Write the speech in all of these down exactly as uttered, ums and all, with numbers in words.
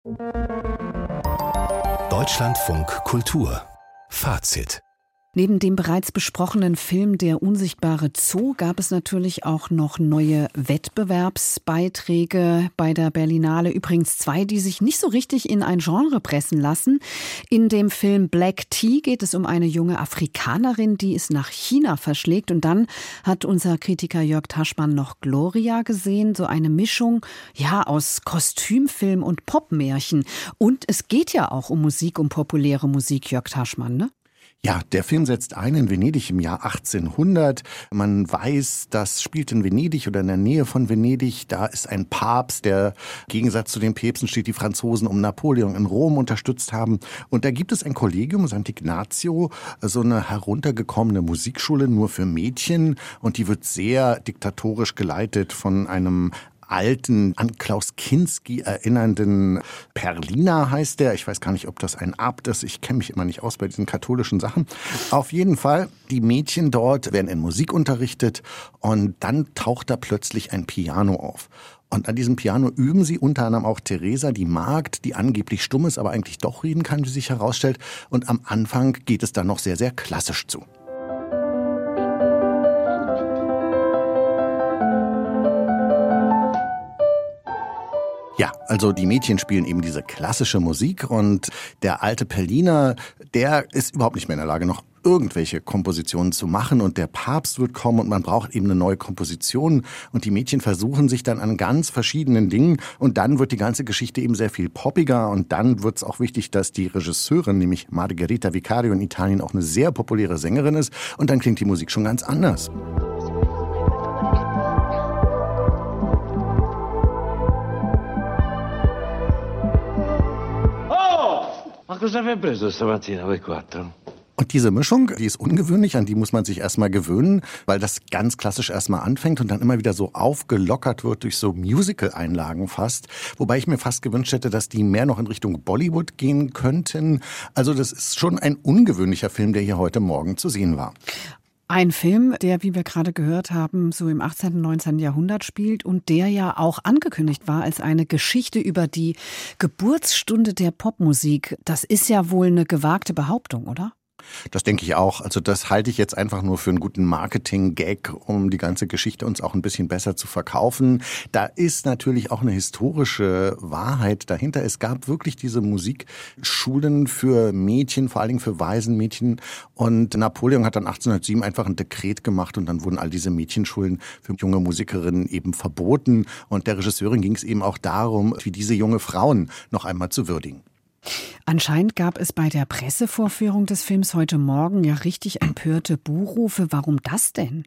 Deutschlandfunk Kultur Fazit. Neben dem bereits besprochenen Film Der unsichtbare Zoo gab es natürlich auch noch neue Wettbewerbsbeiträge bei der Berlinale. Übrigens zwei, die sich nicht so richtig in ein Genre pressen lassen. In dem Film Black Tea geht es um eine junge Afrikanerin, die es nach China verschlägt. Und dann hat unser Kritiker Jörg Taschmann noch Gloria gesehen. So eine Mischung, ja, aus Kostümfilm und Popmärchen. Und es geht ja auch um Musik, um populäre Musik, Jörg Taschmann, ne? Ja, der Film setzt ein in Venedig im Jahr achtzehnhundert. Man weiß, das spielt in Venedig oder in der Nähe von Venedig. Da ist ein Papst, der im Gegensatz zu den Päpsten steht, die Franzosen um Napoleon in Rom unterstützt haben. Und da gibt es ein Kollegium, Sant'Ignazio, so eine heruntergekommene Musikschule nur für Mädchen. Und die wird sehr diktatorisch geleitet von einem alten, an Klaus Kinski erinnernden Perliner heißt der. Ich weiß gar nicht, ob das ein Abt ist. Ich kenne mich immer nicht aus bei diesen katholischen Sachen. Auf jeden Fall, die Mädchen dort werden in Musik unterrichtet und dann taucht da plötzlich ein Piano auf. Und an diesem Piano üben sie unter anderem auch Teresa, die Magd, die angeblich stumm ist, aber eigentlich doch reden kann, wie sich herausstellt. Und am Anfang geht es dann noch sehr, sehr klassisch zu. Ja, also die Mädchen spielen eben diese klassische Musik und der alte Perliner, der ist überhaupt nicht mehr in der Lage, noch irgendwelche Kompositionen zu machen und der Papst wird kommen und man braucht eben eine neue Komposition und die Mädchen versuchen sich dann an ganz verschiedenen Dingen und dann wird die ganze Geschichte eben sehr viel poppiger und dann wird es auch wichtig, dass die Regisseurin, nämlich Margherita Vicario in Italien, auch eine sehr populäre Sängerin ist und dann klingt die Musik schon ganz anders. Ma cosa vi ha preso stamattina voi quattro? Und diese Mischung, die ist ungewöhnlich, an die muss man sich erstmal gewöhnen, weil das ganz klassisch erstmal anfängt und dann immer wieder so aufgelockert wird durch so Musical-Einlagen fast. Wobei ich mir fast gewünscht hätte, dass die mehr noch in Richtung Bollywood gehen könnten. Also das ist schon ein ungewöhnlicher Film, der hier heute Morgen zu sehen war. Ein Film, der, wie wir gerade gehört haben, so im achtzehnten, neunzehnten Jahrhundert spielt und der ja auch angekündigt war als eine Geschichte über die Geburtsstunde der Popmusik. Das ist ja wohl eine gewagte Behauptung, oder? Das denke ich auch. Also das halte ich jetzt einfach nur für einen guten Marketing-Gag, um die ganze Geschichte uns auch ein bisschen besser zu verkaufen. Da ist natürlich auch eine historische Wahrheit dahinter. Es gab wirklich diese Musikschulen für Mädchen, vor allen Dingen für Waisenmädchen. Und Napoleon hat dann achtzehnhundertsieben einfach ein Dekret gemacht und dann wurden all diese Mädchenschulen für junge Musikerinnen eben verboten. Und der Regisseurin ging es eben auch darum, wie diese junge Frauen noch einmal zu würdigen. Anscheinend gab es bei der Pressevorführung des Films heute Morgen ja richtig empörte Buhrufe. Warum das denn?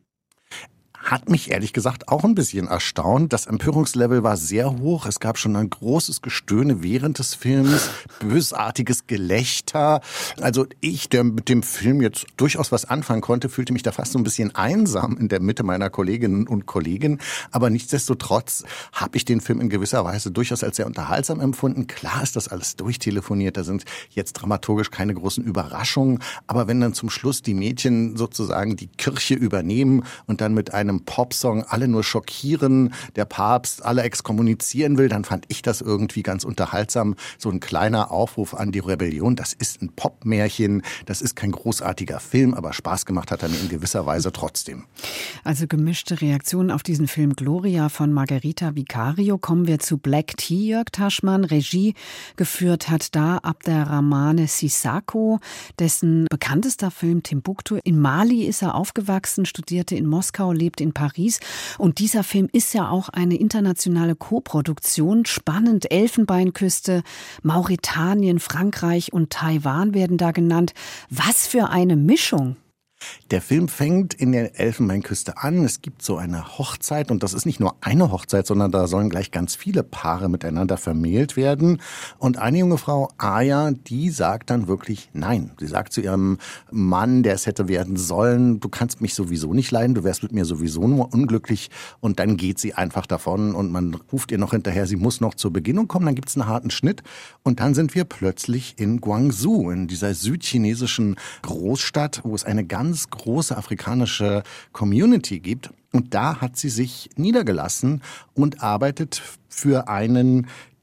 Hat mich ehrlich gesagt auch ein bisschen erstaunt. Das Empörungslevel war sehr hoch. Es gab schon ein großes Gestöhne während des Films, bösartiges Gelächter. Also ich, der mit dem Film jetzt durchaus was anfangen konnte, fühlte mich da fast so ein bisschen einsam in der Mitte meiner Kolleginnen und Kollegen. Aber nichtsdestotrotz habe ich den Film in gewisser Weise durchaus als sehr unterhaltsam empfunden. Klar ist das alles durchtelefoniert, da sind jetzt dramaturgisch keine großen Überraschungen. Aber wenn dann zum Schluss die Mädchen sozusagen die Kirche übernehmen und dann mit einem Popsong alle nur schockieren, der Papst alle exkommunizieren will, dann fand ich das irgendwie ganz unterhaltsam. So ein kleiner Aufruf an die Rebellion, das ist ein Popmärchen, das ist kein großartiger Film, aber Spaß gemacht hat er mir in gewisser Weise trotzdem. Also gemischte Reaktionen auf diesen Film Gloria von Margherita Vicario. Kommen wir zu Black Tea, Jörg Taschmann. Regie geführt hat da Abderrahmane Sissako, dessen bekanntester Film Timbuktu. In Mali ist er aufgewachsen, studierte in Moskau, lebt in Paris. Und dieser Film ist ja auch eine internationale Koproduktion. Spannend, Elfenbeinküste, Mauretanien, Frankreich und Taiwan werden da genannt. Was für eine Mischung! Der Film fängt in der Elfenbeinküste an. Es gibt so eine Hochzeit und das ist nicht nur eine Hochzeit, sondern da sollen gleich ganz viele Paare miteinander vermählt werden. Und eine junge Frau, Aya, die sagt dann wirklich nein. Sie sagt zu ihrem Mann, der es hätte werden sollen, du kannst mich sowieso nicht leiden, du wärst mit mir sowieso nur unglücklich. Und dann geht sie einfach davon und man ruft ihr noch hinterher, sie muss noch zur Beginnung kommen. Dann gibt es einen harten Schnitt und dann sind wir plötzlich in Guangzhou, in dieser südchinesischen Großstadt, wo es eine ganz ganz große afrikanische Community gibt. Und da hat sie sich niedergelassen und arbeitet für einen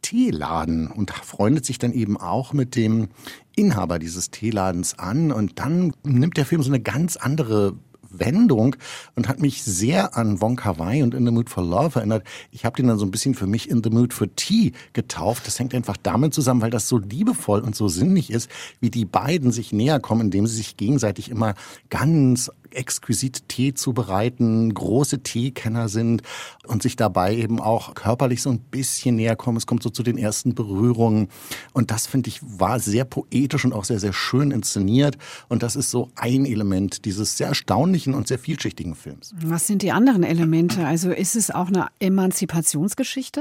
Teeladen und freundet sich dann eben auch mit dem Inhaber dieses Teeladens an. Und dann nimmt der Film so eine ganz andere Wendung und hat mich sehr an Wong Kar-wai und In the Mood for Love erinnert. Ich habe den dann so ein bisschen für mich In the Mood for Tea getauft. Das hängt einfach damit zusammen, weil das so liebevoll und so sinnlich ist, wie die beiden sich näher kommen, indem sie sich gegenseitig immer ganz exquisit Tee zubereiten, große Teekenner sind und sich dabei eben auch körperlich so ein bisschen näher kommen. Es kommt so zu den ersten Berührungen und das, finde ich, war sehr poetisch und auch sehr, sehr schön inszeniert und das ist so ein Element dieses sehr erstaunlichen und sehr vielschichtigen Films. Was sind die anderen Elemente? Also ist es auch eine Emanzipationsgeschichte?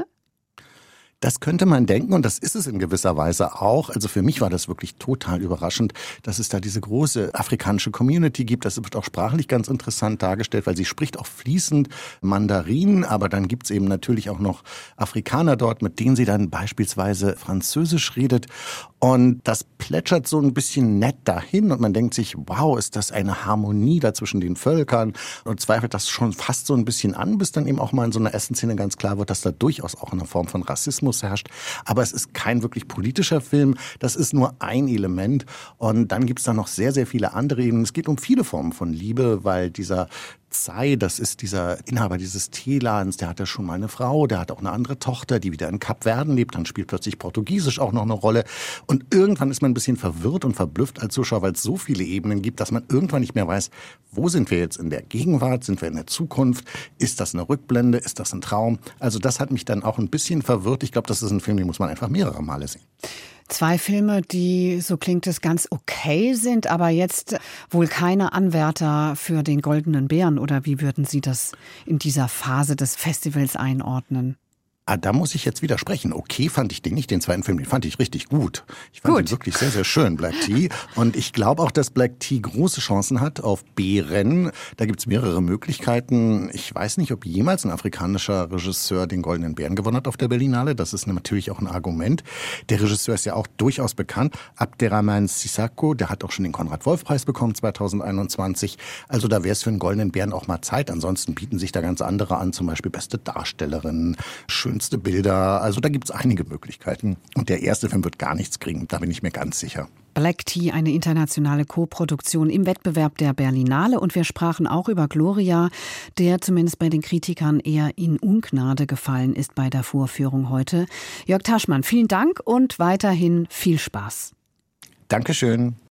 Das könnte man denken und das ist es in gewisser Weise auch. Also für mich war das wirklich total überraschend, dass es da diese große afrikanische Community gibt. Das wird auch sprachlich ganz interessant dargestellt, weil sie spricht auch fließend Mandarin, aber dann gibt's eben natürlich auch noch Afrikaner dort, mit denen sie dann beispielsweise Französisch redet. Und das plätschert so ein bisschen nett dahin und man denkt sich, wow, ist das eine Harmonie da zwischen den Völkern und zweifelt das schon fast so ein bisschen an, bis dann eben auch mal in so einer Essenszene ganz klar wird, dass da durchaus auch eine Form von Rassismus herrscht. Aber es ist kein wirklich politischer Film, das ist nur ein Element und dann gibt's da noch sehr, sehr viele andere Ebenen. Es geht um viele Formen von Liebe, weil dieser Tsai, das ist dieser Inhaber dieses Teeladens, der hat ja schon mal eine Frau, der hat auch eine andere Tochter, die wieder in Kapverden lebt, dann spielt plötzlich Portugiesisch auch noch eine Rolle und irgendwann ist man ein bisschen verwirrt und verblüfft als Zuschauer, weil es so viele Ebenen gibt, dass man irgendwann nicht mehr weiß, wo sind wir jetzt in der Gegenwart, sind wir in der Zukunft, ist das eine Rückblende, ist das ein Traum? Also das hat mich dann auch ein bisschen verwirrt. Ich glaube, das ist ein Film, den muss man einfach mehrere Male sehen. Zwei Filme, die, so klingt es, ganz okay sind, aber jetzt wohl keine Anwärter für den Goldenen Bären. Oder wie würden Sie das in dieser Phase des Festivals einordnen? Ah, da muss ich jetzt widersprechen. Okay fand ich den nicht, den zweiten Film, den fand ich richtig gut. Ich fand gut. ihn wirklich sehr, sehr schön, Black Tea. Und ich glaube auch, dass Black Tea große Chancen hat auf B-Rennen. Da gibt's mehrere Möglichkeiten. Ich weiß nicht, ob jemals ein afrikanischer Regisseur den Goldenen Bären gewonnen hat auf der Berlinale. Das ist natürlich auch ein Argument. Der Regisseur ist ja auch durchaus bekannt. Abderrahmane Sissako, der hat auch schon den Konrad-Wolf-Preis bekommen zweitausendeinundzwanzig. Also da wäre es für den Goldenen Bären auch mal Zeit. Ansonsten bieten sich da ganz andere an, zum Beispiel beste Darstellerin, schön Bilder, also da gibt es einige Möglichkeiten. Und der erste Film wird gar nichts kriegen, da bin ich mir ganz sicher. Black Tea, eine internationale Co-Produktion im Wettbewerb der Berlinale. Und wir sprachen auch über Gloria, der zumindest bei den Kritikern eher in Ungnade gefallen ist bei der Vorführung heute. Jörg Taschmann, vielen Dank und weiterhin viel Spaß. Dankeschön.